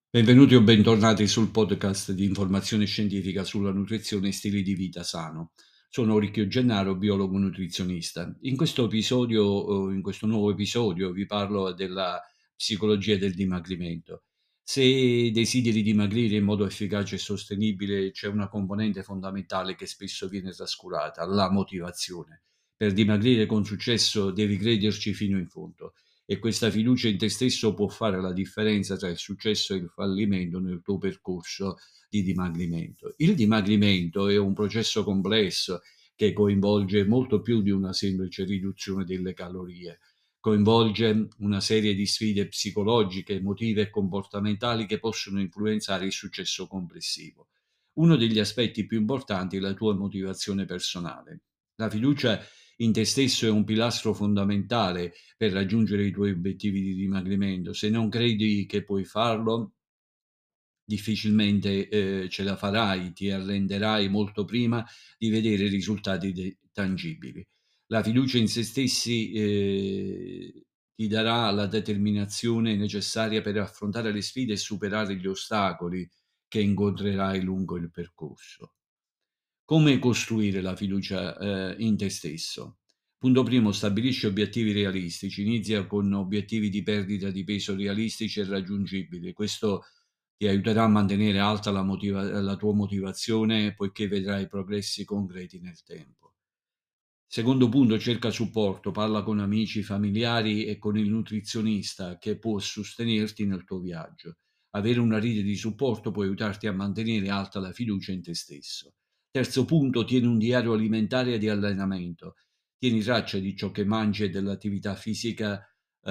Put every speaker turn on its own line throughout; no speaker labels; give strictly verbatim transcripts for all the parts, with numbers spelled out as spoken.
Benvenuti o bentornati sul podcast di informazione scientifica sulla nutrizione e stili di vita sano. Sono Ricchio Gennaro, biologo nutrizionista. In questo episodio, eh, in questo nuovo episodio, vi parlo della psicologia del dimagrimento. Se desideri dimagrire in modo efficace e sostenibile, c'è una componente fondamentale che spesso viene trascurata, la motivazione. Per dimagrire con successo devi crederci fino in fondo e questa fiducia in te stesso può fare la differenza tra il successo e il fallimento nel tuo percorso di dimagrimento. Il dimagrimento è un processo complesso che coinvolge molto più di una semplice riduzione delle calorie. Coinvolge una serie di sfide psicologiche, emotive e comportamentali che possono influenzare il successo complessivo. Uno degli aspetti più importanti è la tua motivazione personale. La fiducia in te stesso è un pilastro fondamentale per raggiungere i tuoi obiettivi di dimagrimento. Se non credi che puoi farlo, difficilmente, ehm, ce la farai, ti arrenderai molto prima di vedere risultati de tangibili. La fiducia in se stessi, ehm, ti darà la determinazione necessaria per affrontare le sfide e superare gli ostacoli che incontrerai lungo il percorso. Come costruire la fiducia, ehm, in te stesso? Punto primo: stabilisci obiettivi realistici. Inizia con obiettivi di perdita di peso realistici e raggiungibili. Questo ti aiuterà a mantenere alta la motiva la tua motivazione, poiché vedrai progressi concreti nel tempo. Secondo punto: cerca supporto, parla con amici, familiari e con il nutrizionista che può sostenerti nel tuo viaggio. Avere una rete di supporto può aiutarti a mantenere alta la fiducia in te stesso. Terzo punto: tieni un diario alimentare e di allenamento. Tieni traccia di ciò che mangi e dell'attività fisica,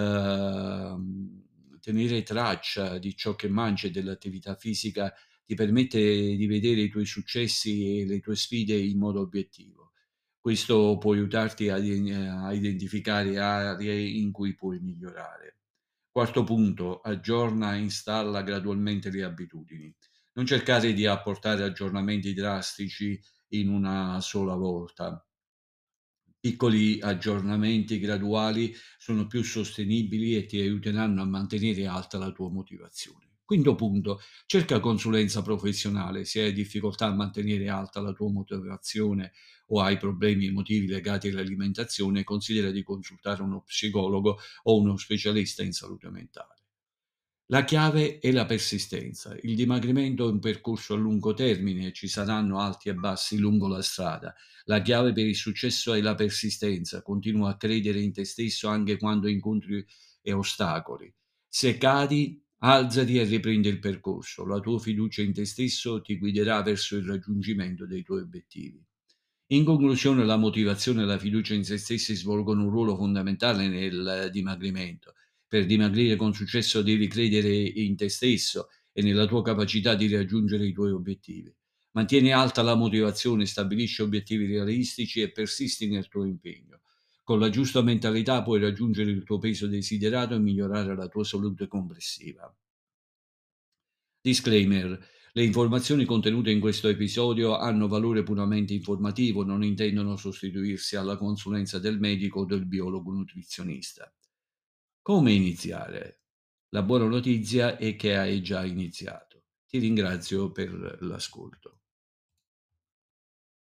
ehm, tenere traccia di ciò che mangi e dell'attività fisica ti permette di vedere i tuoi successi e le tue sfide in modo obiettivo. Questo può aiutarti a i ehm, a identificare aree in cui puoi migliorare. Quarto punto: aggiorna e installa gradualmente le abitudini. Non cercare di apportare aggiornamenti drastici in una sola volta. Piccoli aggiornamenti graduali sono più sostenibili e ti aiuteranno a mantenere alta la tua motivazione. Quinto punto: cerca consulenza professionale. Se hai difficoltà a mantenere alta la tua motivazione o hai problemi emotivi legati all'alimentazione, considera di consultare uno psicologo o uno specialista in salute mentale. La chiave è la persistenza. Il dimagrimento è un percorso a lungo termine, ci saranno alti e bassi lungo la strada. La chiave per il successo è la persistenza. Continua a credere in te stesso anche quando incontri e ostacoli. Se cadi, alzati e riprendi il percorso. La tua fiducia in te stesso ti guiderà verso il raggiungimento dei tuoi obiettivi. In conclusione, la motivazione e la fiducia in se stessi svolgono un ruolo fondamentale nel dimagrimento. Per dimagrire con successo devi credere in te stesso e nella tua capacità di raggiungere i tuoi obiettivi. Mantieni alta la motivazione, stabilisci obiettivi realistici e persisti nel tuo impegno. Con la giusta mentalità puoi raggiungere il tuo peso desiderato e migliorare la tua salute complessiva. Disclaimer: le informazioni contenute in questo episodio hanno valore puramente informativo, non intendono sostituirsi alla consulenza del medico o del biologo nutrizionista. Come iniziare? La buona notizia è che hai già iniziato. Ti ringrazio per l'ascolto.